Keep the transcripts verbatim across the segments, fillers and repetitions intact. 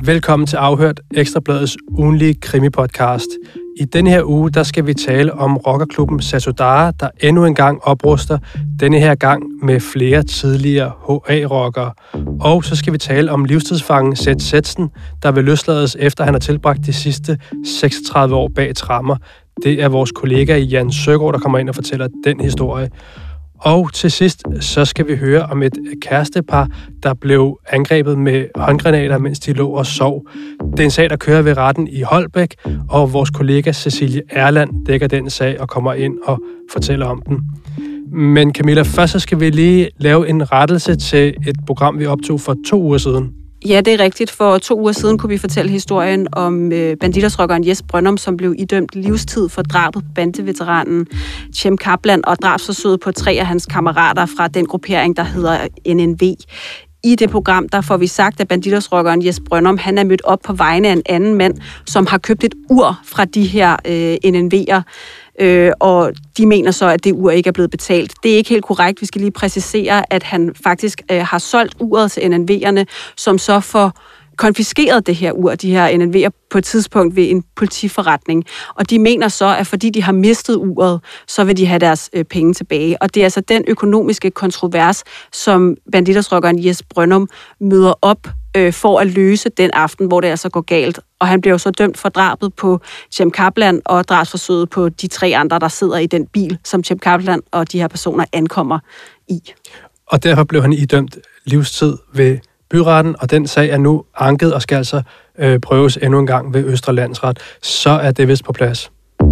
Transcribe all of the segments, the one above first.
Velkommen til Afhørt, Ekstrabladets ugenlige krimipodcast. I denne her uge, der skal vi tale om rockerklubben Satudarah, der endnu en gang opruster, denne her gang med flere tidligere H A-rockere. Og så skal vi tale om livstidsfangen Seth Sethsen, der vil løslades efter han har tilbragt de sidste seksogtredive år bag tremmer. Det er vores kollega Jan Søgaard, der kommer ind og fortæller den historie. Og til sidst, så skal vi høre om et kærestepar, der blev angrebet med håndgranater, mens de lå og sov. Det er en sag, der kører ved retten i Holbæk, og vores kollega Cecilie Erland dækker den sag og kommer ind og fortæller om den. Men Camilla, først så skal vi lige lave en rettelse til et program, vi optog for to uger siden. Ja, det er rigtigt. For to uger siden kunne vi fortælle historien om øh, banditersrockeren Jes Brøndum, som blev idømt livstid for drabet på bandeveteranen Cem Kaplan og drabsforsøget på tre af hans kammerater fra den gruppering, der hedder N N V. I det program, der får vi sagt, at banditersrockeren Jes Brøndum, han er mødt op på vegne af en anden mand, som har købt et ur fra de her øh, N N V'er. Øh, og de mener så, at det ur ikke er blevet betalt. Det er ikke helt korrekt. Vi skal lige præcisere, at han faktisk øh, har solgt uret til N N V'erne, som så får konfiskeret det her ur, de her N N V'er, på et tidspunkt ved en politiforretning. Og de mener så, at fordi de har mistet uret, så vil de have deres øh, penge tilbage. Og det er altså den økonomiske kontrovers, som banditersrockeren Jes Brøndum møder op øh, for at løse den aften, hvor det altså går galt. Og han bliver jo så dømt for drabet på Cem Kaplan og drabsforsøget på de tre andre, der sidder i den bil, som Cem Kaplan og de her personer ankommer i. Og derfor blev han idømt livstid ved byretten, og den sag er nu anket og skal altså øh, prøves endnu en gang ved Østre Landsret. Så er det vist på plads.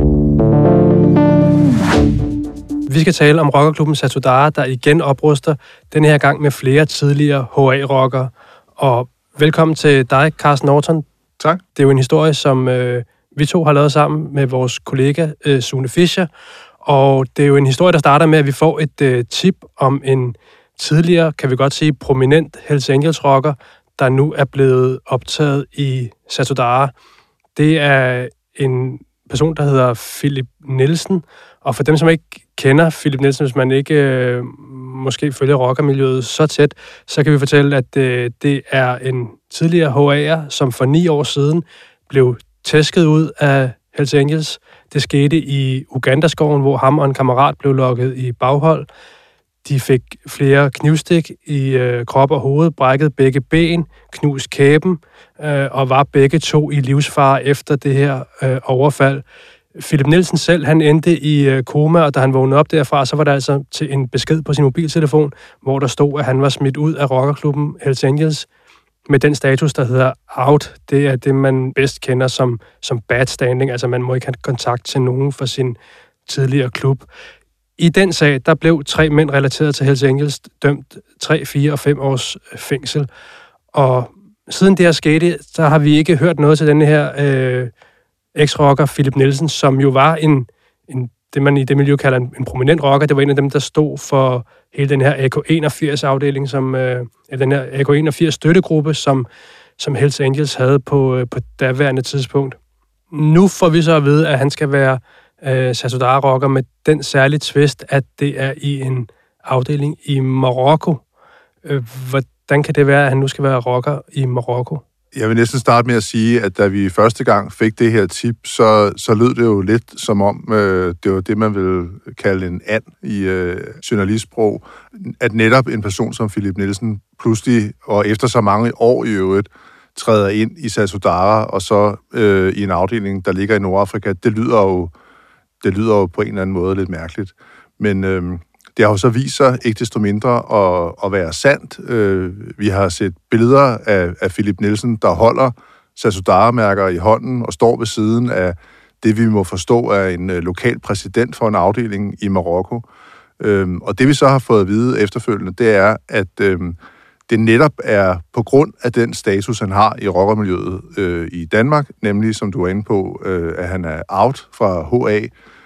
Vi skal tale om rockerklubben Satudarah, der igen opruster, den her gang med flere tidligere H A-rockere. Og velkommen til dig, Carsten Norton. Tak. Det er jo en historie, som øh, vi to har lavet sammen med vores kollega øh, Sune Fischer. Og det er jo en historie, der starter med, at vi får et øh, tip om en tidligere, kan vi godt sige, prominent Hells Angels-rocker, der nu er blevet optaget i Satudarah. Det er en person, der hedder Philip Nielsen, og for dem, som ikke kender Philip Nielsen, hvis man ikke øh, måske følger rockermiljøet så tæt, så kan vi fortælle, at øh, det er en tidligere H A'er, som for ni år siden blev tæsket ud af Hells Angels. Det skete i Ugandaskoven, hvor ham og en kammerat blev lokket i baghold. De fik flere knivstik i øh, krop og hoved, brækket begge ben, knust kæben øh, og var begge to i livsfare efter det her øh, overfald. Philip Nielsen selv, han endte i øh, koma, og da han vågnede op derfra, så var der altså til en besked på sin mobiltelefon, hvor der stod, at han var smidt ud af rockerklubben Hells Angels med den status, der hedder out. Det er det, man bedst kender som, som bad standing, altså man må ikke have kontakt til nogen fra sin tidligere klub. I den sag, der blev tre mænd relateret til Hells Angels dømt tre, fire og fem års fængsel. Og siden det her skete, så har vi ikke hørt noget til denne her øh, eks-rocker Philip Nielsen, som jo var en, en, det man i det miljø kalder en, en prominent rocker. Det var en af dem, der stod for hele den her A K enogfirs-afdeling, som, øh, den her A K enogfirs-støttegruppe, som, som Hells Angels havde på, øh, på daværende tidspunkt. Nu får vi så at vide, at han skal være Uh, Satudarah-rocker med den særlige twist, at det er i en afdeling i Marokko. Uh, hvordan kan det være, at han nu skal være rocker i Marokko? Jeg vil næsten starte med at sige, at da vi første gang fik det her tip, så, så lød det jo lidt som om, uh, det var det, man vil kalde en and i uh, journalistsprog, at netop en person som Philip Nielsen pludselig, og efter så mange år i øvrigt, træder ind i Satudarah, og så uh, i en afdeling, der ligger i Nordafrika. Det lyder jo Det lyder jo på en eller anden måde lidt mærkeligt. Men øh, det har jo så vist sig ikke desto mindre at, at være sandt. Øh, vi har set billeder af, af Philip Nielsen, der holder Satudarah-mærker i hånden og står ved siden af det, vi må forstå er en øh, lokal præsident for en afdeling i Marokko. Øh, og det, vi så har fået at vide efterfølgende, det er, at øh, det netop er på grund af den status, han har i rockermiljøet øh, i Danmark, nemlig, som du er inde på, øh, at han er out fra H A,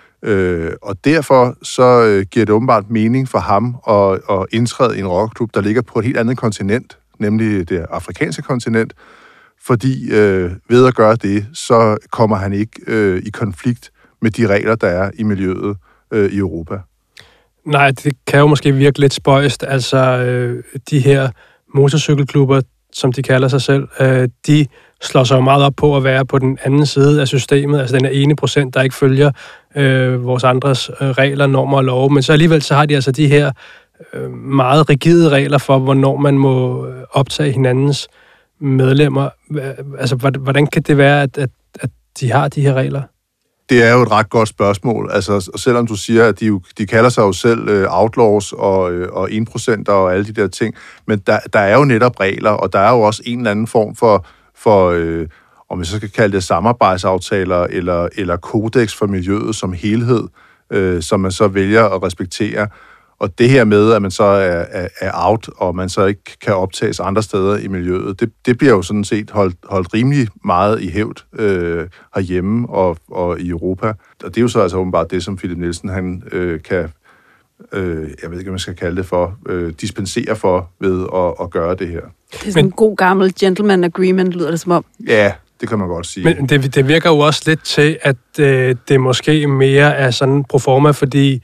øh, og derfor så øh, giver det åbenbart mening for ham at, at indtræde i en rockerklub, der ligger på et helt andet kontinent, nemlig det afrikanske kontinent, fordi øh, ved at gøre det, så kommer han ikke øh, i konflikt med de regler, der er i miljøet øh, i Europa. Nej, det kan jo måske virke lidt spøjst. Altså, øh, de her motorcykelklubber, som de kalder sig selv, øh, de slår sig jo meget op på at være på den anden side af systemet, altså den er ene procent, der ikke følger øh, vores andres øh, regler, normer og love, men så alligevel så har de altså de her øh, meget rigide regler for, hvornår man må optage hinandens medlemmer. Altså, hvordan kan det være, at, at, at de har de her regler? Det er jo et ret godt spørgsmål. Altså, selvom du siger, at de, jo, de kalder sig jo selv øh, outlaws og, øh, og en procent og alle de der ting, men der, der er jo netop regler, og der er jo også en eller anden form for, for øh, om vi så skal kalde det samarbejdsaftaler eller, eller kodex for miljøet som helhed, øh, som man så vælger at respektere. Og det her med, at man så er, er, er out, og man så ikke kan optages andre steder i miljøet, det, det bliver jo sådan set holdt, holdt rimelig meget i hævd øh, herhjemme og, og i Europa. Og det er jo så altså åbenbart det, som Philip Nielsen han øh, kan, øh, jeg ved ikke, hvad man skal kalde det for, øh, dispensere for ved at, at gøre det her. Det er sådan Men, en god gammel gentleman agreement, lyder det som om. Ja, det kan man godt sige. Men det, det virker jo også lidt til, at øh, det måske mere er sådan proforma, fordi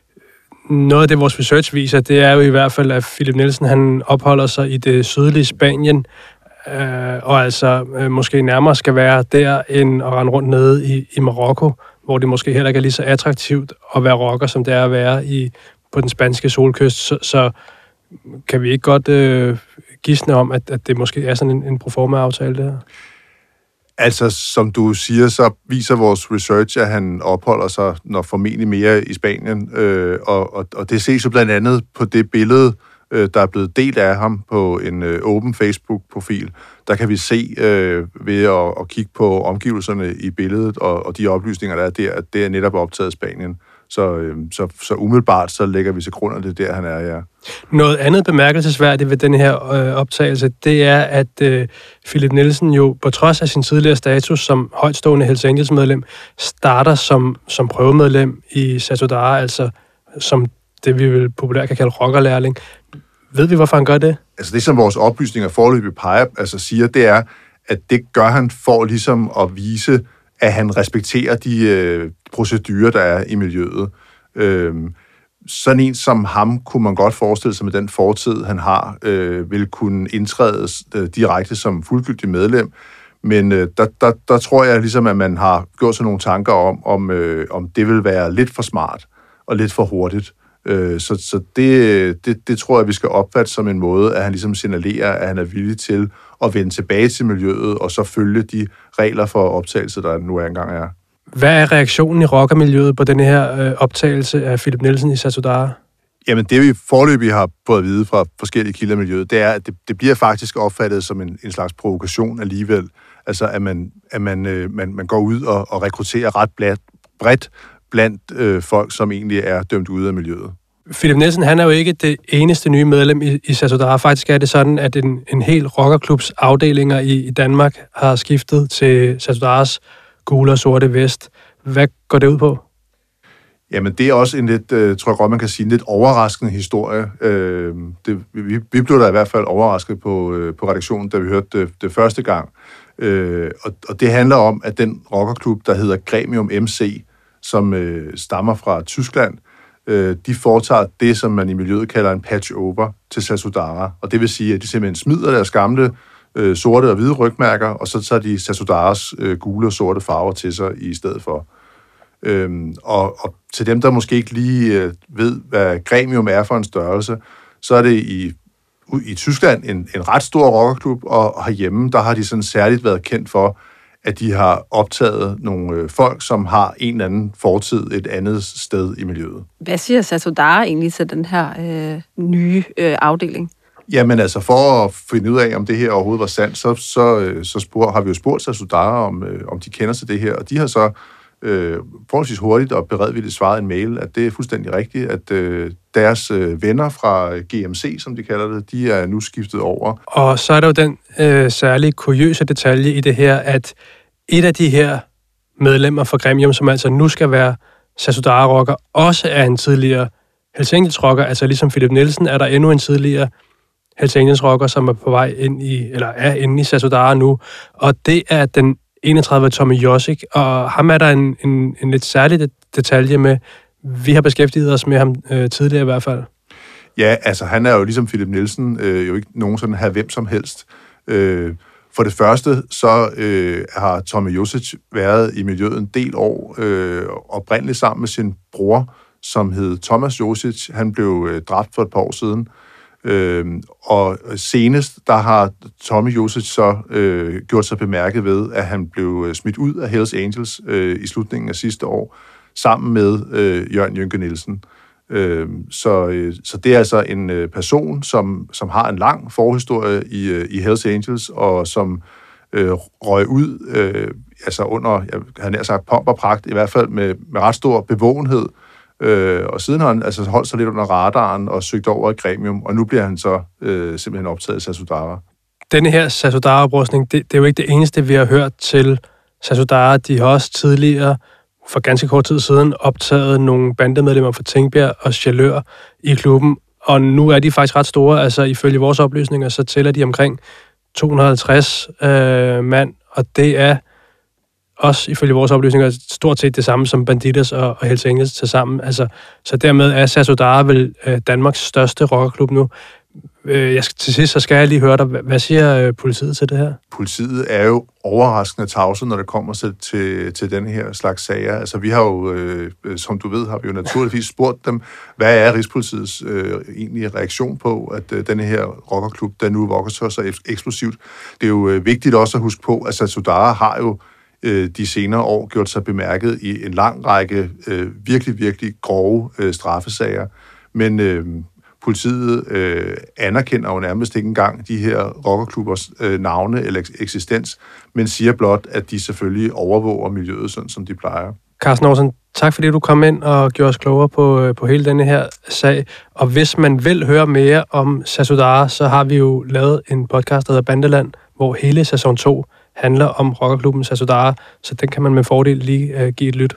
noget af det, vores research viser, det er jo i hvert fald, at Philip Nielsen han opholder sig i det sydlige Spanien, øh, og altså øh, måske nærmere skal være der, end at rende rundt nede i, i Marokko, hvor det måske heller ikke er lige så attraktivt at være rocker, som det er at være i, på den spanske solkyst. Så, så kan vi ikke godt øh, gisne om, at, at det måske er sådan en, en proforma-aftale, det her? Altså, som du siger, så viser vores research, at han opholder sig når formentlig mere i Spanien, øh, og, og, og det ses jo blandt andet på det billede, øh, der er blevet delt af ham på en øh, åben Facebook-profil. Der kan vi se øh, ved at, at kigge på omgivelserne i billedet, og, og de oplysninger, der er der, at det er netop optaget i Spanien. Så, øh, så, så umiddelbart, så lægger vi til grund, at det er der, han er, ja. Noget andet bemærkelsesværdigt ved den her øh, optagelse, det er, at øh, Philip Nielsen jo, på trods af sin tidligere status som højtstående Hells Angels-medlem, starter som, som prøvemedlem i Satudarah, altså som det, vi vil populært kan kalde rockerlærling. Ved vi, hvorfor han gør det? Altså det, som vores oplysninger foreløbig peger, altså siger, det er, at det gør han for ligesom at vise, at han respekterer de øh, procedurer, der er i miljøet. Øh, sådan en som ham kunne man godt forestille sig med den fortid, han har, øh, vil kunne indtrædes øh, direkte som fuldgyldig medlem. Men øh, der, der, der tror jeg ligesom, at man har gjort sig nogle tanker om, om, øh, om det vil være lidt for smart og lidt for hurtigt. Øh, så så det, det, det tror jeg, vi skal opfatte som en måde, at han ligesom signalerer, at han er villig til at vende tilbage til miljøet og så følge de regler for optagelse, der nu engang er. Hvad er reaktionen i rockermiljøet på den her øh, optagelse af Philip Nielsen i Satudarah? Jamen det, vi foreløbig har fået at vide fra forskellige kilder i miljøet, det er, at det, det bliver faktisk opfattet som en, en slags provokation alligevel. Altså at man, at man, øh, man, man går ud og, og rekrutterer ret bredt, bredt blandt øh, folk, som egentlig er dømt ude af miljøet. Philip Nielsen, han er jo ikke det eneste nye medlem i, i Satudarah. Faktisk er det sådan, at en, en hel rockerklubs afdelinger i, i Danmark har skiftet til Satudarahs gule og sorte vest. Hvad går det ud på? Jamen, det er også en lidt, øh, tror jeg godt, man kan sige, en lidt overraskende historie. Øh, det, vi, vi blev da i hvert fald overrasket på, øh, på redaktionen, da vi hørte det, det første gang. Øh, og, og det handler om, at den rockerklub, der hedder Gremium M C, som øh, stammer fra Tyskland, øh, de foretager det, som man i miljøet kalder en patch-over til Satudarah. Og det vil sige, at de simpelthen smider deres gamle øh, sorte og hvide rygmærker, og så tager de Satudarahs øh, gule og sorte farver til sig i stedet for. Øhm, og, og til dem, der måske ikke lige øh, ved, hvad Gremium er for en størrelse, så er det i, i Tyskland en, en ret stor rockerklub, og herhjemme, der har de sådan særligt været kendt for, at de har optaget nogle øh, folk, som har en eller anden fortid et andet sted i miljøet. Hvad siger Satudarah egentlig til den her øh, nye øh, afdeling? Jamen altså, for at finde ud af, om det her overhovedet var sandt, så, så, så spur, har vi jo spurgt Satudarah, om, øh, om de kender til det her, og de har så øh, forholdsvis hurtigt og beredvilligt svaret en mail, at det er fuldstændig rigtigt, at øh, deres øh, venner fra G M C, som de kalder det, de er nu skiftet over. Og så er der jo den øh, særlige kuriøse detalje i det her, at et af de her medlemmer fra Gremium, som altså nu skal være Satudarah-rocker, også er en tidligere Hells Angels-rocker, altså ligesom Philip Nielsen, er der endnu en tidligere Hells Angels-rocker, som er på vej ind i, eller er inde i Satudarah nu, og det er den enogtredive Tommy Josik, og ham er der en, en, en lidt særlig detalje med. Vi har beskæftiget os med ham øh, tidligere i hvert fald. Ja, altså han er jo ligesom Philip Nielsen, øh, jo ikke nogen sådan her hvem som helst. Øh, For det første, så øh, har Tommy Josic været i miljøet en del år, øh, oprindeligt sammen med sin bror, som hed Thomas Josic. Han blev øh, dræbt for et par år siden. Øh, og senest, der har Tommy Josic så øh, gjort sig bemærket ved, at han blev øh, smidt ud af Hells Angels øh, i slutningen af sidste år, sammen med øh, Jørgen Jynke Nielsen. Øh, så, øh, så det er altså en øh, person, som, som har en lang forhistorie i, øh, i Hells Angels, og som øh, røg ud øh, altså under, jeg havde nær sagt pomp og pragt, i hvert fald med, med ret stor bevågenhed. Øh, og siden har han altså holdt sig lidt under radaren og søgt over i Gremium, og nu bliver han så øh, simpelthen optaget i Sassoudara. Denne her Sassoudara-oprustning, det, det er jo ikke det eneste, vi har hørt til Sassoudara. De har også tidligere, for ganske kort tid siden, optaget nogle bandemedlemmer fra Tingbjerg og Chalør i klubben, og nu er de faktisk ret store. Altså ifølge vores oplysninger, så tæller de omkring to hundrede og halvtreds øh, mand, og det er også ifølge vores oplysninger stort set det samme som Bandidos og, og Hells Angels til sammen. Altså, så dermed er Sassoudara vel øh, Danmarks største rockerklub nu. Øh, jeg skal, til sidst så skal jeg lige høre dig. Hvad siger øh, politiet til det her? Politiet er jo overraskende tavse, når det kommer til, til, til den her slags sager. Altså vi har jo, øh, som du ved, har vi jo naturligvis spurgt dem, hvad er Rigspolitiets øh, egentlige reaktion på, at øh, denne her rockerklub, der nu vokser så eksplosivt. Det er jo øh, vigtigt også at huske på, at Sassoudara har jo de senere år gjort sig bemærket i en lang række øh, virkelig, virkelig grove øh, straffesager. Men øh, politiet øh, anerkender jo nærmest ikke engang de her rockerklubbers øh, navne eller eksistens, men siger blot, at de selvfølgelig overvåger miljøet, sådan som de plejer. Carsten Aarhusen, tak fordi du kom ind og gjorde os klogere på, på hele denne her sag. Og hvis man vil høre mere om Sassoudara, så har vi jo lavet en podcast, der hedder Bandeland, hvor hele sæson to handler om rockerklubben Sassoudara, så den kan man med fordel lige uh, give et lyt.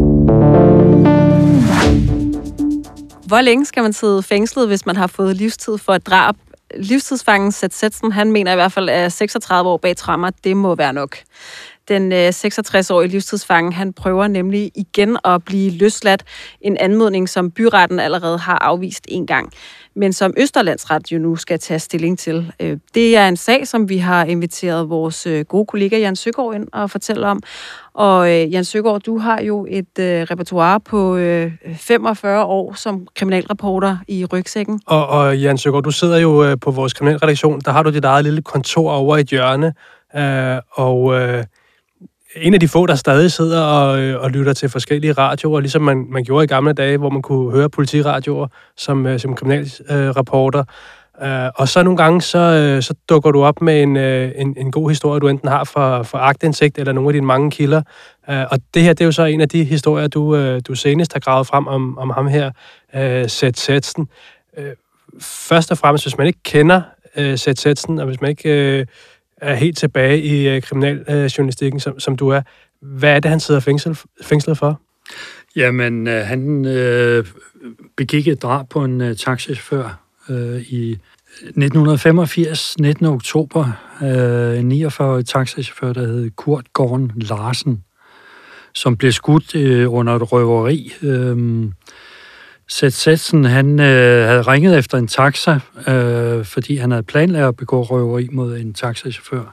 Hvor længe skal man sidde fængslet, hvis man har fået livstid for et drab? Livstidsfangen Seth Sethsen, han mener i hvert fald, at seksogtredive år bag tremmer, det må være nok. Den øh, seksogtres-årige livstidsfange, han prøver nemlig igen at blive løsladt. En anmodning, som byretten allerede har afvist en gang, men som Østerlandsret jo nu skal tage stilling til. Øh, det er en sag, som vi har inviteret vores øh, gode kollega Jan Søgaard ind og fortælle om. Og øh, Jan Søgaard, du har jo et øh, repertoire på øh, femogfyrre år som kriminalreporter i rygsækken. Og, og Jan Søgaard, du sidder jo øh, på vores kriminalredaktion. Der har du dit eget lille kontor over i et hjørne, øh, og øh, en af de få, der stadig sidder og, øh, og lytter til forskellige radioer, ligesom man, man gjorde i gamle dage, hvor man kunne høre politiradioer som, øh, som kriminalreporter. Øh, og så nogle gange, så, øh, så dukker du op med en, øh, en, en god historie, du enten har for, for aktindsigt eller nogle af dine mange kilder. Øh, og det her, det er jo så en af de historier, du, øh, du senest har gravet frem om, om ham her, øh, Seth Sethsen. Øh, først og fremmest, hvis man ikke kender øh, Seth Sethsen, og hvis man ikke... Øh, er helt tilbage i øh, kriminaljournalistikken, øh, som, som du er. Hvad er det, han sidder fængsel, fængslet for? Jamen, øh, han øh, begik et drab på en øh, taxichauffør øh, i nitten femogfirs, nittende oktober. Øh, en niogfyrre-årig taxichauffør, der hed Kurt Gorn Larsen, som blev skudt øh, under et røveri. Øh, Seth Sethsen, han øh, havde ringet efter en taxa, øh, fordi han havde planlagt at begå røveri mod en taxachauffør.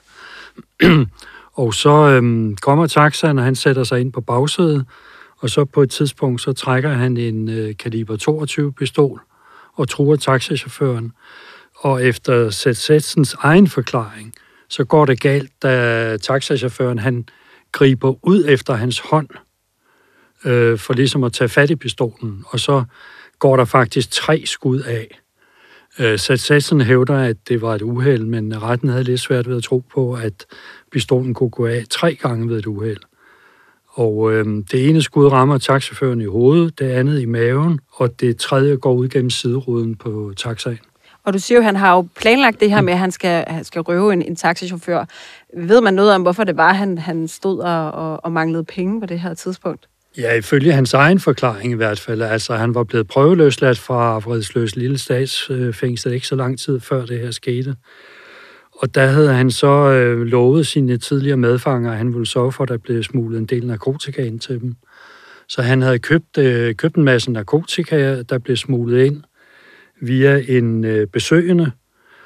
Og så øh, kommer taxaen, og han sætter sig ind på bagsædet, og så på et tidspunkt, så trækker han en øh, kaliber toogtyve-pistol og truer taxachaufføren. Og efter Seth Sethsens egen forklaring, så går det galt, da taxachaufføren, han griber ud efter hans hånd, øh, for ligesom at tage fat i pistolen, og så går der faktisk tre skud af. Øh, Seth Sethsen hævder, at det var et uheld, men retten havde lidt svært ved at tro på, at pistolen kunne gå af tre gange ved et uheld. Og øh, det ene skud rammer taxichaufføren i hovedet, det andet i maven, og det tredje går ud gennem sideruden på taxaen. Og du siger jo, at han har jo planlagt det her med, at han skal, han skal røve en, en taxichauffør. Ved man noget om, hvorfor det var, han, han stod og, og, og manglede penge på det her tidspunkt? Ja, ifølge hans egen forklaring i hvert fald. Altså, han var blevet prøveløsladt fra Fredsløs Lille Statsfængsel ikke så lang tid før det her skete. Og der havde han så øh, lovet sine tidligere medfanger, at han ville sørge for, at der blev smuglet en del narkotika ind til dem. Så han havde købt, øh, købt en masse narkotika, der blev smuglet ind via en øh, besøgende.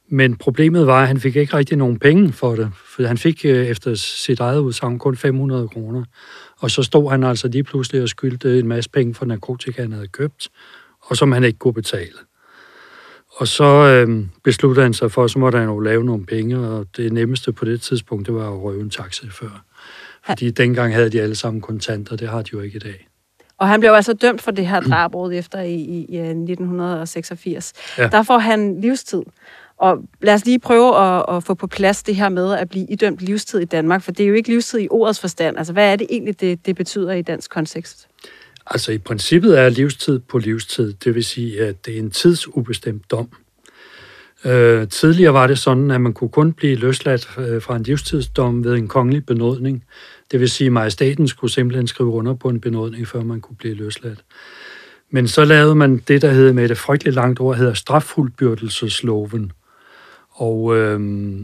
Men problemet var, at han fik ikke rigtig nogen penge for det, for han fik efter sit eget udsagn kun fem hundrede kroner. Og så stod han altså lige pludselig og skyldte en masse penge for narkotika, han havde købt, og som han ikke kunne betale. Og så øh, besluttede han sig for, så måtte han jo lave nogle penge, og det nemmeste på det tidspunkt, det var at røve en taxachauffør. Fordi ja. dengang havde de alle sammen kontanter, det har de jo ikke i dag. Og han blev altså dømt for det her drab året efter i, i, i nitten seksogfirs. Ja. Der får han livstid. Og lad os lige prøve at, at få på plads det her med at blive idømt livstid i Danmark, for det er jo ikke livstid i ordets forstand. Altså, hvad er det egentlig, det, det betyder i dansk kontekst? Altså, i princippet er livstid på livstid. Det vil sige, at det er en tidsubestemt dom. Øh, tidligere var det sådan, at man kunne kun blive løsladt øh, fra en livstidsdom ved en kongelig benådning. Det vil sige, at majestaten skulle simpelthen skrive under på en benådning, før man kunne blive løsladt. Men så lavede man det, der hedder med et frygteligt langt ord, hedder straffuldbyrdelsesloven. Og øh,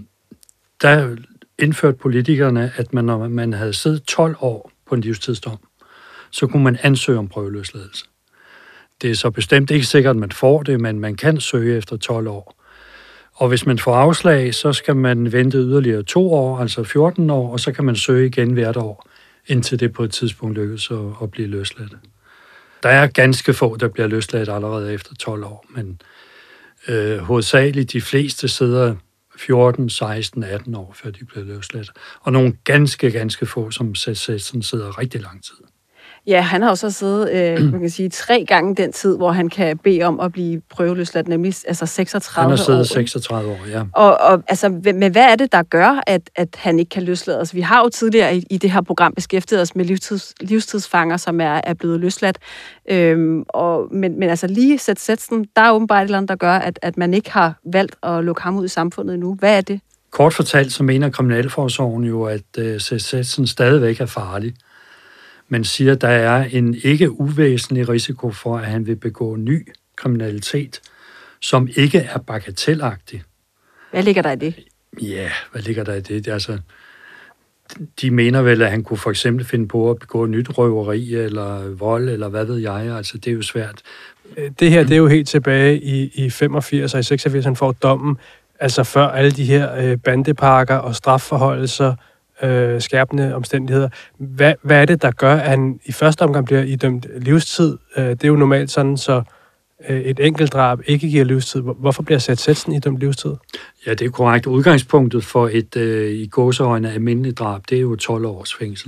der indførte politikerne, at man, når man havde siddet tolv år på en livstidsdom, så kunne man ansøge om prøveløsladelse. Det er så bestemt ikke sikkert, at man får det, men man kan søge efter tolv år. Og hvis man får afslag, så skal man vente yderligere to år, altså fjorten år, og så kan man søge igen hvert år, indtil det på et tidspunkt lykkes at, at blive løsladt. Der er ganske få, der bliver løsladt allerede efter tolv år, men øh, hovedsageligt de fleste sidder fjorten, seksten, atten år, før de bliver løsladt. Og nogle ganske, ganske få, som sådan sidder rigtig lang tid. Ja, han har jo så siddet, øh, man kan sige, tre gange den tid, hvor han kan bede om at blive prøveløsladt, nemlig altså seksogtredive år. Han har siddet seksogtredive år, ja. Og, og altså, men hvad er det, der gør, at, at han ikke kan løslades? Vi har jo tidligere i, i det her program beskæftiget os med livstids, livstidsfanger, som er, er blevet løsladt. Øhm, og, men, men altså lige sæt sætsen, der er åbenbart et eller andet, der gør, at, at man ikke har valgt at lukke ham ud i samfundet endnu. Hvad er det? Kort fortalt, så mener kriminalforsorgen jo, at øh, sætsen stadigvæk er farlig. Man siger, at der er en ikke uvæsentlig risiko for, at han vil begå ny kriminalitet, som ikke er bagatelagtig. Hvad ligger der i det? Ja, hvad ligger der i det? Altså, de mener vel, at han kunne for eksempel finde på at begå nyt røveri eller vold, eller hvad ved jeg. Altså, det er jo svært. Det her, det er jo helt tilbage i, i femogfirs og i seksogfirs, han får dommen, altså før alle de her øh, bandepakker og strafforholdelser, Øh, skærpende omstændigheder. Hvad, hvad er det, der gør, at han i første omgang bliver idømt livstid? Øh, det er jo normalt sådan, så øh, et enkelt drab ikke giver livstid. Hvorfor bliver Seth Sethsen idømt livstid? Ja, det er korrekt. Udgangspunktet for et øh, i gåseøjne almindeligt drab, det er jo tolv års fængsel.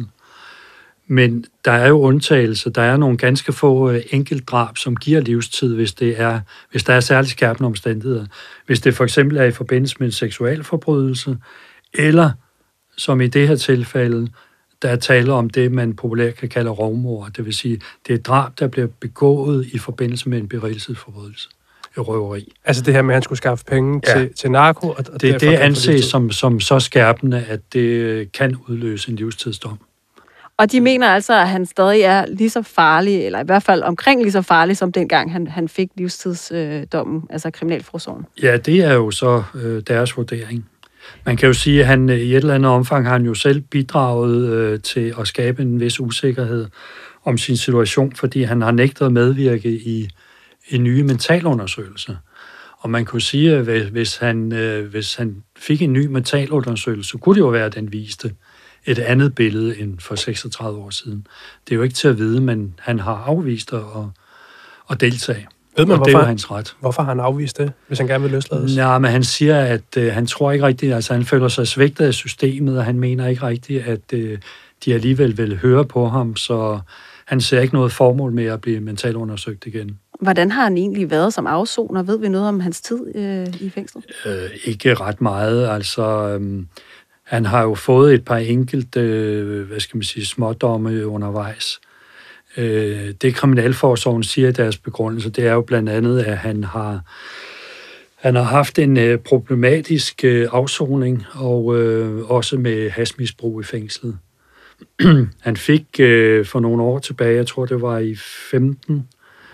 Men der er jo undtagelser. Der er nogle ganske få øh, enkelt drab, som giver livstid, hvis, det er, hvis der er særligt skærpende omstændigheder. Hvis det for eksempel er i forbindelse med en seksualforbrydelse, eller som i det her tilfælde, der er tale om det, man populært kan kalde rovmord. Det vil sige, det er et drab, der bliver begået i forbindelse med en berigelsesforbrydelse. Røveri. Altså det her med, at han skulle skaffe penge ja. til, til narko? Og, og det, det anses som, som så skærpende, at det kan udløse en livstidsdom. Og de mener altså, at han stadig er lige så farlig, eller i hvert fald omkring lige så farlig, som dengang han, han fik livstidsdommen, øh, altså kriminalforsorgen. Ja, det er jo så øh, deres vurdering. Man kan jo sige, at han i et eller andet omfang har han jo selv bidraget øh, til at skabe en vis usikkerhed om sin situation, fordi han har nægtet at medvirke i en nye mentalundersøgelse. Og man kunne sige, at hvis han, øh, hvis han fik en ny mentalundersøgelse, så kunne det jo være, at den viste et andet billede end for seksogtredive år siden. Det er jo ikke til at vide, men han har afvist at, at deltage. Ved man, og det er jo hans ret. Hvorfor har han afvist det, hvis han gerne vil løslades? Ja, men han siger, at øh, han tror ikke rigtigt, altså han føler sig svigtet af systemet, og han mener ikke rigtigt, at øh, de alligevel vil høre på ham, så han ser ikke noget formål med at blive mentalundersøgt igen. Hvordan har han egentlig været som afsoner? Ved vi noget om hans tid øh, i fængsel? Øh, ikke ret meget, altså... Øh, han har jo fået et par enkelte, øh, hvad skal man sige, smådomme undervejs. Øh, det kriminalforsorgen siger i deres begrundelse, det er jo blandt andet, at han har, han har haft en øh, problematisk øh, afsoning, og øh, også med hashmisbrug i fængslet. Han fik øh, for nogle år tilbage, jeg tror det var i femten,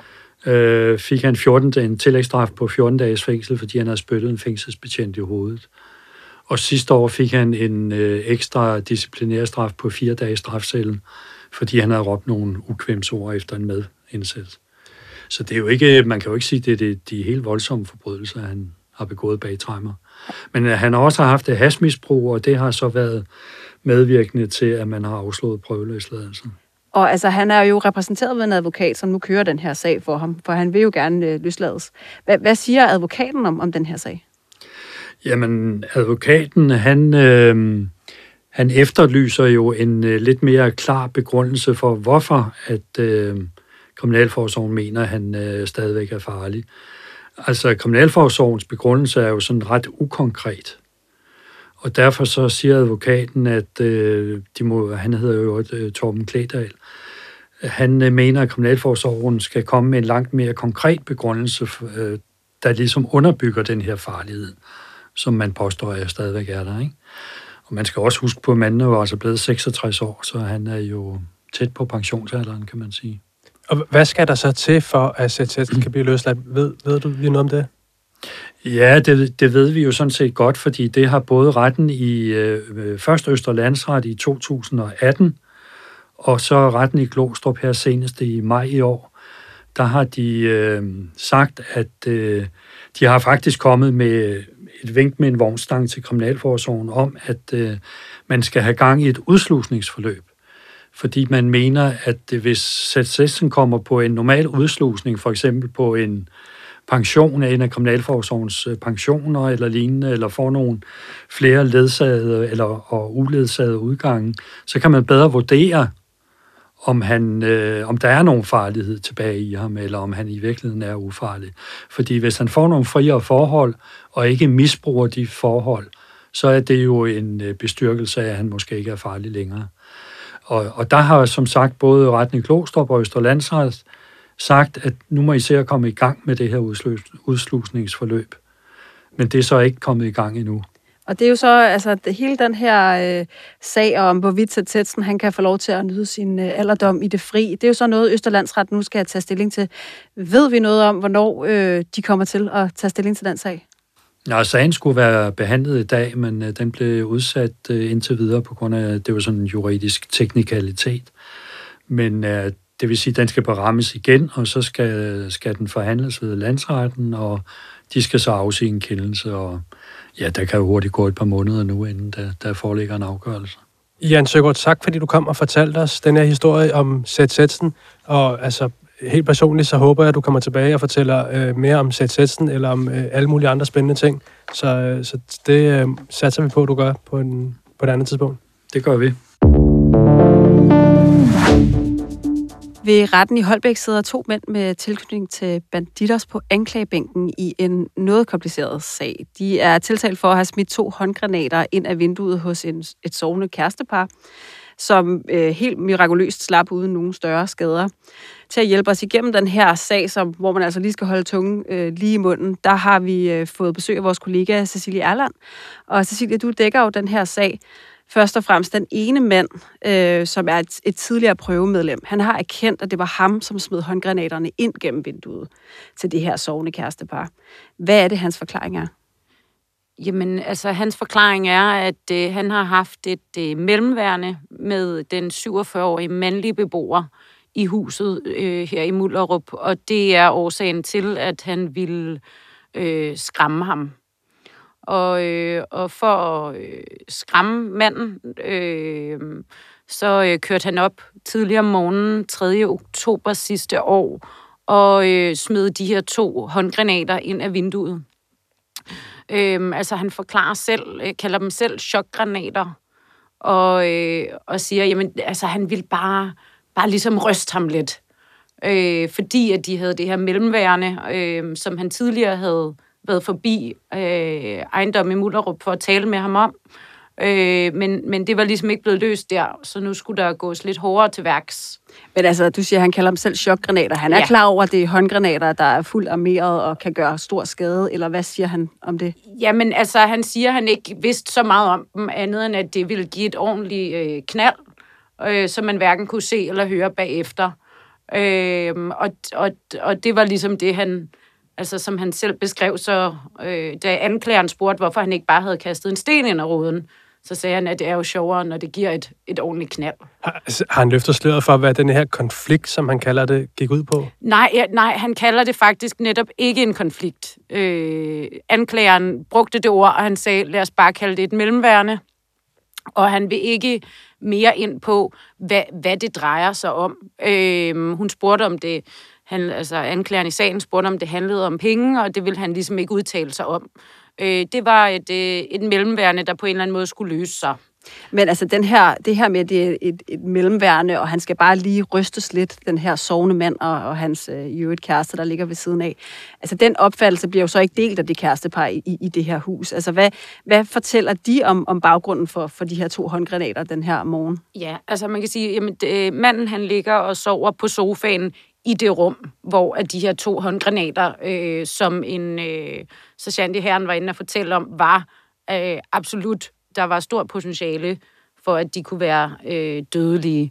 øh, fik han fjorten, en tillægsstraf på fjorten dages fængsel, fordi han havde spyttet en fængselsbetjent i hovedet. Og sidste år fik han en øh, ekstra disciplinærstraf på fire dages strafcellen, fordi han havde råbt nogle ukvemsord efter en medindsats. Så det er jo ikke, man kan jo ikke sige, at det er de helt voldsomme forbrydelser, han, har begået bagtræmmer. Men han har også haft et hashmisbrug, og det har så været medvirkende til, at man har afslået prøveløsladelsen. Og altså, han er jo repræsenteret ved en advokat, som nu kører den her sag for ham, for han vil jo gerne øh, løslades. Hvad, hvad siger advokaten om, om den her sag? Jamen, advokaten, han, øh, han efterlyser jo en øh, lidt mere klar begrundelse for, hvorfor at øh, Kriminalforsorgen mener, at han øh, stadigvæk er farlig. Altså, Kriminalforsorgens begrundelse er jo sådan ret ukonkret. Og derfor så siger advokaten, at øh, de må, han hedder jo øh, Torben Klædal, han øh, mener, at Kriminalforsorgen skal komme med en langt mere konkret begrundelse, øh, der ligesom underbygger den her farlighed, som man påstår, at stadigvæk er der, ikke? Og man skal også huske på, at manden er jo altså blevet seksogtres år, så han er jo tæt på pensionsalderen, kan man sige. Og hvad skal der så til for, at Z Z kan blive løsladt? Ved, ved du lige noget om det? Ja, det, det ved vi jo sådan set godt, fordi det har både retten i øh, først Østre Landsret i to tusind og atten, og så retten i Glostrup her senest i maj i år, der har de øh, sagt, at øh, de har faktisk kommet med et vink med en vognstang til Kriminalforsorgen om, at øh, man skal have gang i et udslusningsforløb. Fordi man mener, at hvis Z Z'en kommer på en normal udslusning, for eksempel på en pension af en af Kriminalforsorgens pensioner eller lignende, eller får nogle flere ledsagede eller og uledsagede udgange, så kan man bedre vurdere, om, han, øh, om der er nogen farlighed tilbage i ham, eller om han i virkeligheden er ufarlig. Fordi hvis han får nogle friere forhold, og ikke misbruger de forhold, så er det jo en bestyrkelse af, at han måske ikke er farlig længere. Og, og der har som sagt både retten i Glostrup og Østre Landsret sagt, at nu må I se at komme i gang med det her udslusningsforløb. Men det er så ikke kommet i gang endnu. Og det er jo så, altså, det, hele den her øh, sag om, hvorvidt Z Z'en, han kan få lov til at nyde sin øh, alderdom i det fri, det er jo så noget, Østre Landsret nu skal tage stilling til. Ved vi noget om, hvornår øh, de kommer til at tage stilling til den sag? Ja, sagen skulle være behandlet i dag, men øh, den blev udsat øh, indtil videre på grund af, det var sådan en juridisk teknikalitet. Men øh, det vil sige, at den skal berammes igen, og så skal, skal den forhandles ved landsretten, og de skal så afsige en kendelse, og ja, der kan jo hurtigt gå et par måneder nu, inden der, der foreligger en afgørelse. Jan Søgaard, tak fordi du kom og fortalte os den her historie om Z Z'en, og altså helt personligt, så håber jeg, at du kommer tilbage og fortæller øh, mere om Z Z'en, eller om øh, alle mulige andre spændende ting. Så, øh, så det øh, satser vi på, at du gør på, en, på et andet tidspunkt. Det gør vi. Ved retten i Holbæk sidder to mænd med tilknytning til Bandidos på anklagebænken i en noget kompliceret sag. De er tiltalt for at have smidt to håndgranater ind af vinduet hos en, et sovende kærestepar, som øh, helt mirakuløst slap uden nogen større skader. Til at hjælpe os igennem den her sag, som, hvor man altså lige skal holde tungen øh, lige i munden, der har vi øh, fået besøg af vores kollega Cecilie Erland. Og Cecilie, du dækker jo den her sag. Først og fremmest den ene mand, øh, som er et, et tidligere prøvemedlem, han har erkendt, at det var ham, som smed håndgranaterne ind gennem vinduet til det her sovende kærestepar. Hvad er det, hans forklaring er? Jamen, altså, hans forklaring er, at øh, han har haft et øh, mellemværende med den syvogfyrre-årige mandlige beboer i huset øh, her i Mullerup, og det er årsagen til, at han ville øh, skræmme ham. Og, øh, og for at øh, skræmme manden, øh, så øh, kørte han op tidligere om morgenen tredje oktober sidste år, og øh, smed de her to håndgranater ind af vinduet. Øh, altså han forklarer selv, øh, kalder dem selv chokgranater, og, øh, og siger, jamen altså han ville bare, bare ligesom ryste ham lidt. Øh, fordi at de havde det her mellemværende, øh, som han tidligere havde været forbi øh, ejendom i Mullerup for at tale med ham om. Øh, men, men det var ligesom ikke blevet løst der, så nu skulle der gås lidt hårdere til værks. Men altså, du siger, at han kalder dem selv chokgranater. Han er ja. klar over, at det er håndgranater, der er fuldt armeret og kan gøre stor skade, eller hvad siger han om det? Jamen altså, han siger, at han ikke vidste så meget om dem, andet end at det ville give et ordentligt øh, knald, øh, som man hverken kunne se eller høre bagefter. Øh, og, og, og det var ligesom det, han... Altså, som han selv beskrev, så øh, da anklageren spurgte, hvorfor han ikke bare havde kastet en sten ind ad ruden, så sagde han, at det er jo sjovere, når det giver et, et ordentligt knald. Har, har han løftet sløret for, hvad den her konflikt, som han kalder det, gik ud på? Nej, ja, nej, han kalder det faktisk netop ikke en konflikt. Øh, anklageren brugte det ord, og han sagde, lad os bare kalde det et mellemværende. Og han vil ikke mere ind på, hvad, hvad det drejer sig om. Øh, hun spurgte om det, han, altså anklageren i sagen spurgte om det handlede om penge, og det ville han ligesom ikke udtale sig om. Øh, det var et, et mellemværende, der på en eller anden måde skulle løse sig. Men altså den her, det her med, det er et, et mellemværende, og han skal bare lige rystes lidt, den her sovende mand og, og hans øh, i øvrigt kæreste, der ligger ved siden af. Altså den opfattelse bliver jo så ikke delt af det kærestepar i, i, i det her hus. Altså hvad, hvad fortæller de om, om baggrunden for, for de her to håndgranater den her morgen? Ja, altså man kan sige, jamen det, manden han ligger og sover på sofaen i det rum, hvor at de her to håndgranater, øh, som en øh, sergeant i hæren var inde og fortælle om, var øh, absolut, der var stort potentiale for, at de kunne være øh, dødelige.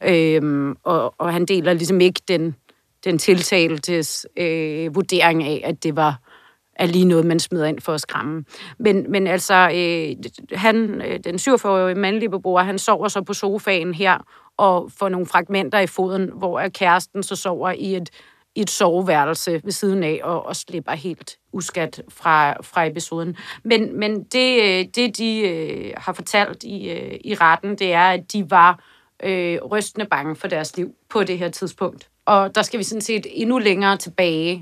Øh, og, og han deler ligesom ikke den, den tiltaltes øh, vurdering af, at det var er lige noget, man smider ind for at skræmme. Men, men altså, øh, han, den syvogfyrre-årige mandlige beboer, han sover så på sofaen her, og får nogle fragmenter i foden, hvor kæresten så sover i et, i et soveværelse ved siden af, og, og slipper helt uskat fra, fra episoden. Men, men det, det, de øh, har fortalt i, øh, i retten, det er, at de var øh, rystende bange for deres liv på det her tidspunkt. Og der skal vi sådan set endnu længere tilbage,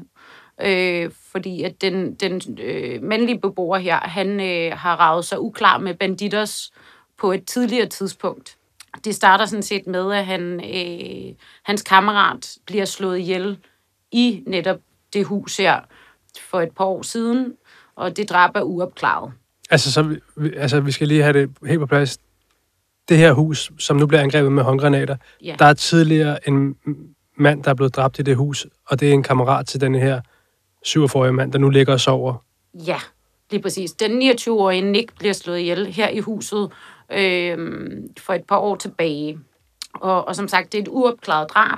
øh, fordi at den, den øh, mandlige beboer her, han øh, har raget sig uklar med banditters på et tidligere tidspunkt. Det starter sådan set med, at han, øh, hans kammerat bliver slået ihjel i netop det hus her for et par år siden, og det drab er uopklaret. Altså, så, altså, vi skal lige have det helt på plads. Det her hus, som nu bliver angrebet med håndgranater, Ja. der er tidligere en mand, der er blevet dræbt i det hus, og det er en kammerat til denne her syvogfyrre-årige mand, der nu ligger og sover. Ja, lige præcis. Den niogtyve-årige Nick bliver slået ihjel her i huset øh, for et par år tilbage. Og, og som sagt, det er et uopklaret drab.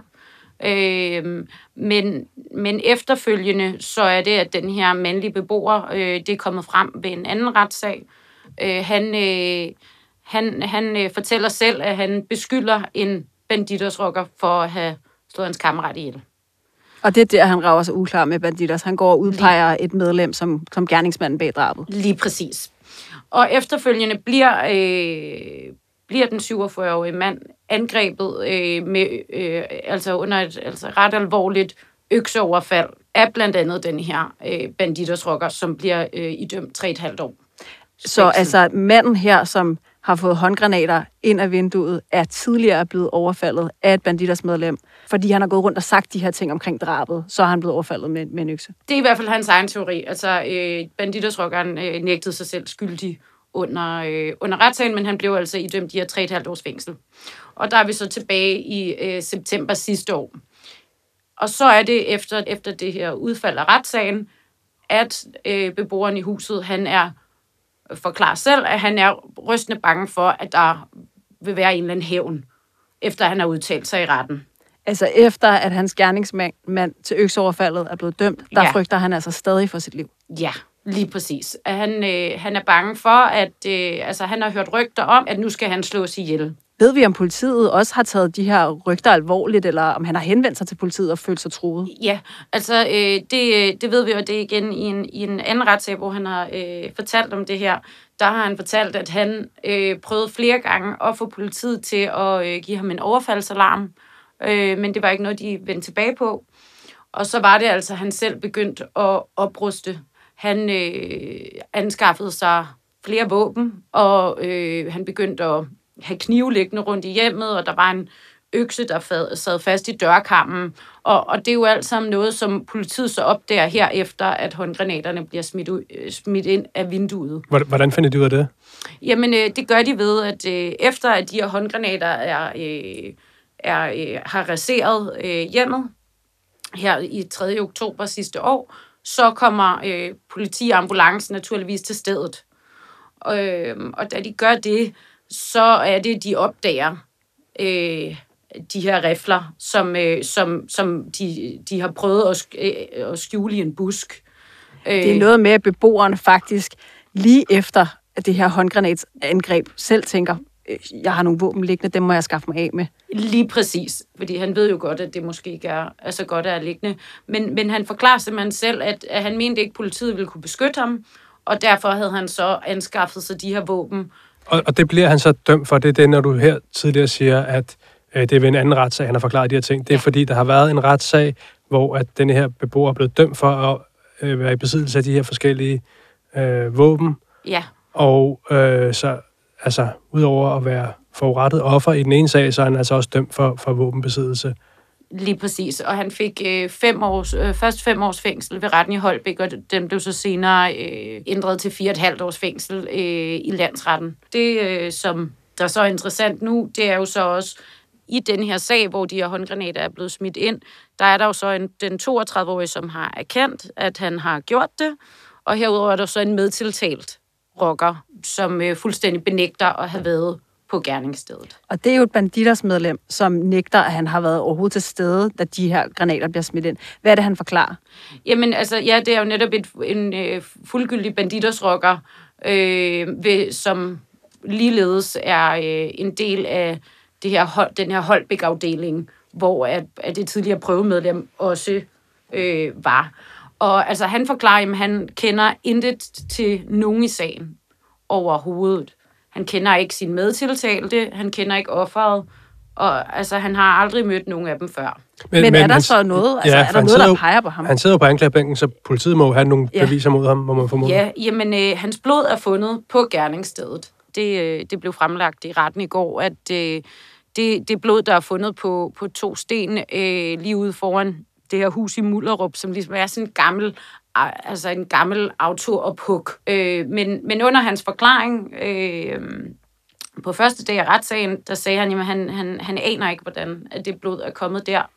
Øh, men, men efterfølgende, så er det, at den her mandlige beboer, øh, det er kommet frem ved en anden retssag. Øh, han øh, han, han øh, fortæller selv, at han beskylder en banditersrocker for at have slået hans kammerat ihjel. Og det er der, han rager sig uklar med banditters. Han går og udpeger et medlem som, som gerningsmanden bag drabet. Lige præcis. Og efterfølgende bliver, øh, bliver den syvogfyrre-årige mand angrebet øh, med, øh, altså under et altså ret alvorligt økseoverfald af blandt andet den her øh, banditersrocker, som bliver øh, idømt tre et halvt år. Så altså manden her, som har fået håndgranater ind af vinduet, er tidligere blevet overfaldet af et banditersmedlem, fordi han har gået rundt og sagt de her ting omkring drabet, så er han blevet overfaldet med, med en økse. Det er i hvert fald hans egen teori. Altså, øh, banditersrockeren øh, nægtede sig selv skyldig under, øh, under retssagen, men han blev altså idømt de her tre et halvt års fængsel. Og der er vi så tilbage i øh, september sidste år. Og så er det efter, efter det her udfald af retssagen, at øh, beboeren i huset, han er forklarer selv, at han er rystende bange for, at der vil være en eller anden hævn, efter han har udtalt sig i retten. Altså efter, at hans gerningsmand mand til økseoverfaldet er blevet dømt, der Ja. frygter han altså stadig for sit liv. Ja, lige præcis. At han, øh, han er bange for, at øh, altså, han har hørt rygter om, at nu skal han slås ihjel. Ved vi, om politiet også har taget de her rygter alvorligt, eller om han har henvendt sig til politiet og følt sig truet? Ja, altså øh, det, det ved vi, og det er igen i en, i en anden retssag, hvor han har øh, fortalt om det her. Der har han fortalt, at han øh, prøvede flere gange at få politiet til at øh, give ham en overfaldsalarm, øh, men det var ikke noget, de vendte tilbage på. Og så var det altså, at han selv begyndte at opruste. Han øh, anskaffede sig flere våben, og øh, han begyndte at have knive liggende rundt i hjemmet, og der var en økse, der fad, sad fast i dørkarmen. Og, og det er jo alt sammen noget, som politiet så opdager her efter, at håndgranaterne bliver smidt, ud, smidt ind af vinduet. Hvordan finder de ud af det? Jamen, øh, det gør de ved, at øh, efter at de her håndgranater er, øh, er, øh, har raseret øh, hjemmet her i tredje oktober sidste år, så kommer øh, politi og ambulance naturligvis til stedet. Øh, og da de gør det, så er det, de opdager øh, de her rifler, som, øh, som, som de, de har prøvet at, sk- at skjule i en busk. Det er noget med, at beboeren faktisk lige efter, det her håndgranatsangreb selv tænker, jeg har nogle våben liggende, dem må jeg skaffe mig af med. Lige præcis, fordi han ved jo godt, at det måske ikke er, er så godt at liggende. Men, men han forklarer simpelthen selv, at, at han mente ikke, at politiet ville kunne beskytte ham, og derfor havde han så anskaffet sig de her våben. Og, og det bliver han så dømt for. Det er det, når du her tidligere siger, at øh, det er ved en anden retssag, han har forklaret de her ting. Det er ja. fordi, der har været en retssag, hvor at denne her beboer er blevet dømt for at øh, være i besiddelse af de her forskellige øh, våben. Ja. Og øh, så, altså, udover at være forurettet offer i den ene sag, så er han altså også dømt for, for våbenbesiddelse. Lige præcis, og han fik øh, fem års, øh, først fem års fængsel ved retten i Holbæk, og den blev så senere øh, ændret til fire og et halvt års fængsel øh, i landsretten. Det, øh, som der er så interessant nu, det er jo så også i den her sag, hvor de her håndgranater er blevet smidt ind, der er der jo så en, den toogtredive-årige, som har erkendt, at han har gjort det, og herudover er der så en medtiltalt rocker, som øh, fuldstændig benægter at have været på gerningsstedet. Og det er jo et banditersmedlem, som nægter, at han har været overhovedet til stede, da de her granater bliver smidt ind. Hvad er det, han forklarer? Jamen, altså, ja, det er jo netop et, en øh, fuldgyldig banditersrocker, øh, ved, som ligeledes er øh, en del af det her hold, den her Holbæk-afdeling, hvor at, at det tidligere prøvemedlem også øh, var. Og altså, han forklarer, at han kender intet til nogen i sagen overhovedet. Han kender ikke sin medtiltalte, han kender ikke offeret, og altså, han har aldrig mødt nogen af dem før. Men, men, men er der han, så noget, altså, ja, er der noget, der peger på ham? Han sidder jo på anklagebænken, så politiet må have nogle ja. beviser mod ham, må man formode. Ja, jamen, øh, hans blod er fundet på gerningsstedet. Det, øh, det blev fremlagt i retten i går, at øh, det, det blod, der er fundet på, på to sten øh, lige ude foran det her hus i Mullerup, som ligesom er sådan en gammel, altså en gammel autoophug. Øh, men, men under hans forklaring øh, på første dag af retssagen, der sagde han, at han, han, han aner ikke, hvordan at det blod er kommet der.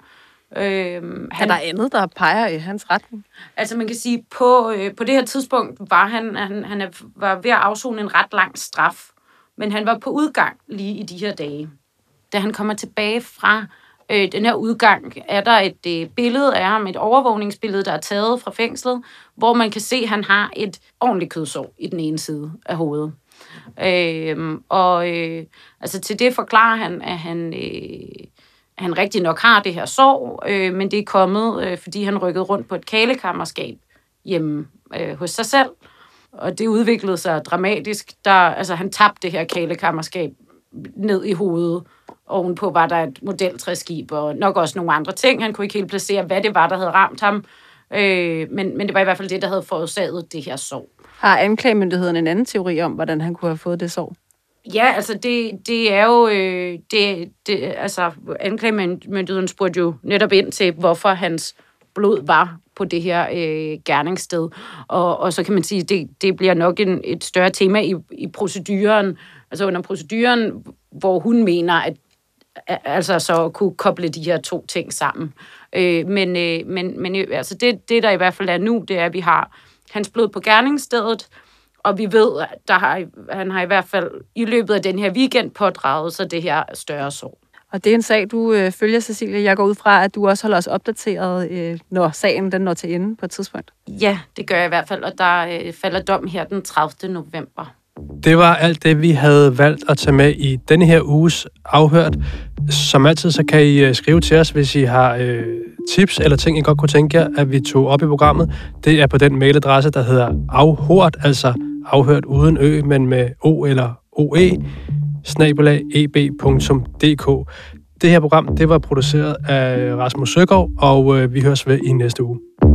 Øh, han, er der andet, der peger i hans retning? Altså man kan sige, på, øh, på det her tidspunkt var han, han, han var ved at afzone en ret lang straf, men han var på udgang lige i de her dage. Da han kommer tilbage fra øh, den her udgang, er der et øh, billede af ham, et overvågningsbillede, der er taget fra fængslet, hvor man kan se, at han har et ordentligt kødsår i den ene side af hovedet. Øh, og øh, altså til det forklarer han, at han... Øh, han rigtig nok har det her sår, øh, men det er kommet, øh, fordi han rykkede rundt på et kælekammerskab hjemme øh, hos sig selv. Og det udviklede sig dramatisk. Der, altså, han tabte det her kælekammerskab ned i hovedet. Ovenpå var der et modeltræskib og nok også nogle andre ting. Han kunne ikke helt placere, hvad det var, der havde ramt ham. Øh, men, men det var i hvert fald det, der havde forårsaget det her sår. Har anklagemyndigheden en anden teori om, hvordan han kunne have fået det sår? Ja, altså det, det er jo, øh, det, det, altså anklagemyndigheden spurgte jo netop ind til, hvorfor hans blod var på det her øh, gerningssted. Og, og så kan man sige, det, det bliver nok en, et større tema i, i proceduren, altså under proceduren, hvor hun mener, at altså så kunne koble de her to ting sammen. Øh, men øh, men, men altså det, det, der i hvert fald er nu, det er, at vi har hans blod på gerningsstedet, og vi ved, at der har, han har i hvert fald i løbet af den her weekend pådraget sig det her større sår. Og det er en sag, du øh, følger, Cecilie. Jeg går ud fra, at du også holder os opdateret, øh, når sagen den når til ende på et tidspunkt. Ja, det gør jeg i hvert fald, og der øh, falder dom her den tredivte november. Det var alt det, vi havde valgt at tage med i denne her uges Afhørt. Som altid, så kan I skrive til os, hvis I har øh, tips eller ting, I godt kunne tænke jer, at vi tog op i programmet. Det er på den mailadresse, der hedder afhørt, altså afhørt uden ø, men med o eller oe, snabel-a eb punktum d k. Det her program, det var produceret af Rasmus Søgaard, og øh, vi høres ved i næste uge.